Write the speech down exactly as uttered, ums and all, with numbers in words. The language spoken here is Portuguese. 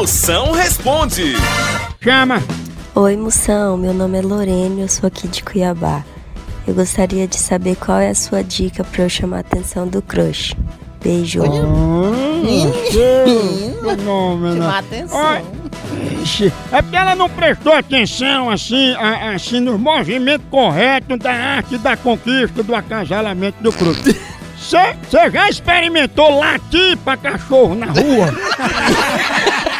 Moção responde. Chama. Oi, Moção, meu nome é Lorene, eu sou aqui de Cuiabá. Eu gostaria de saber qual é a sua dica pra eu chamar a atenção do crush. Beijo. Chamar atenção. Ixi, é porque ela não prestou atenção assim, a, assim no movimento correto da arte da conquista do acasalamento do crush. Você já experimentou latir pra cachorro na rua?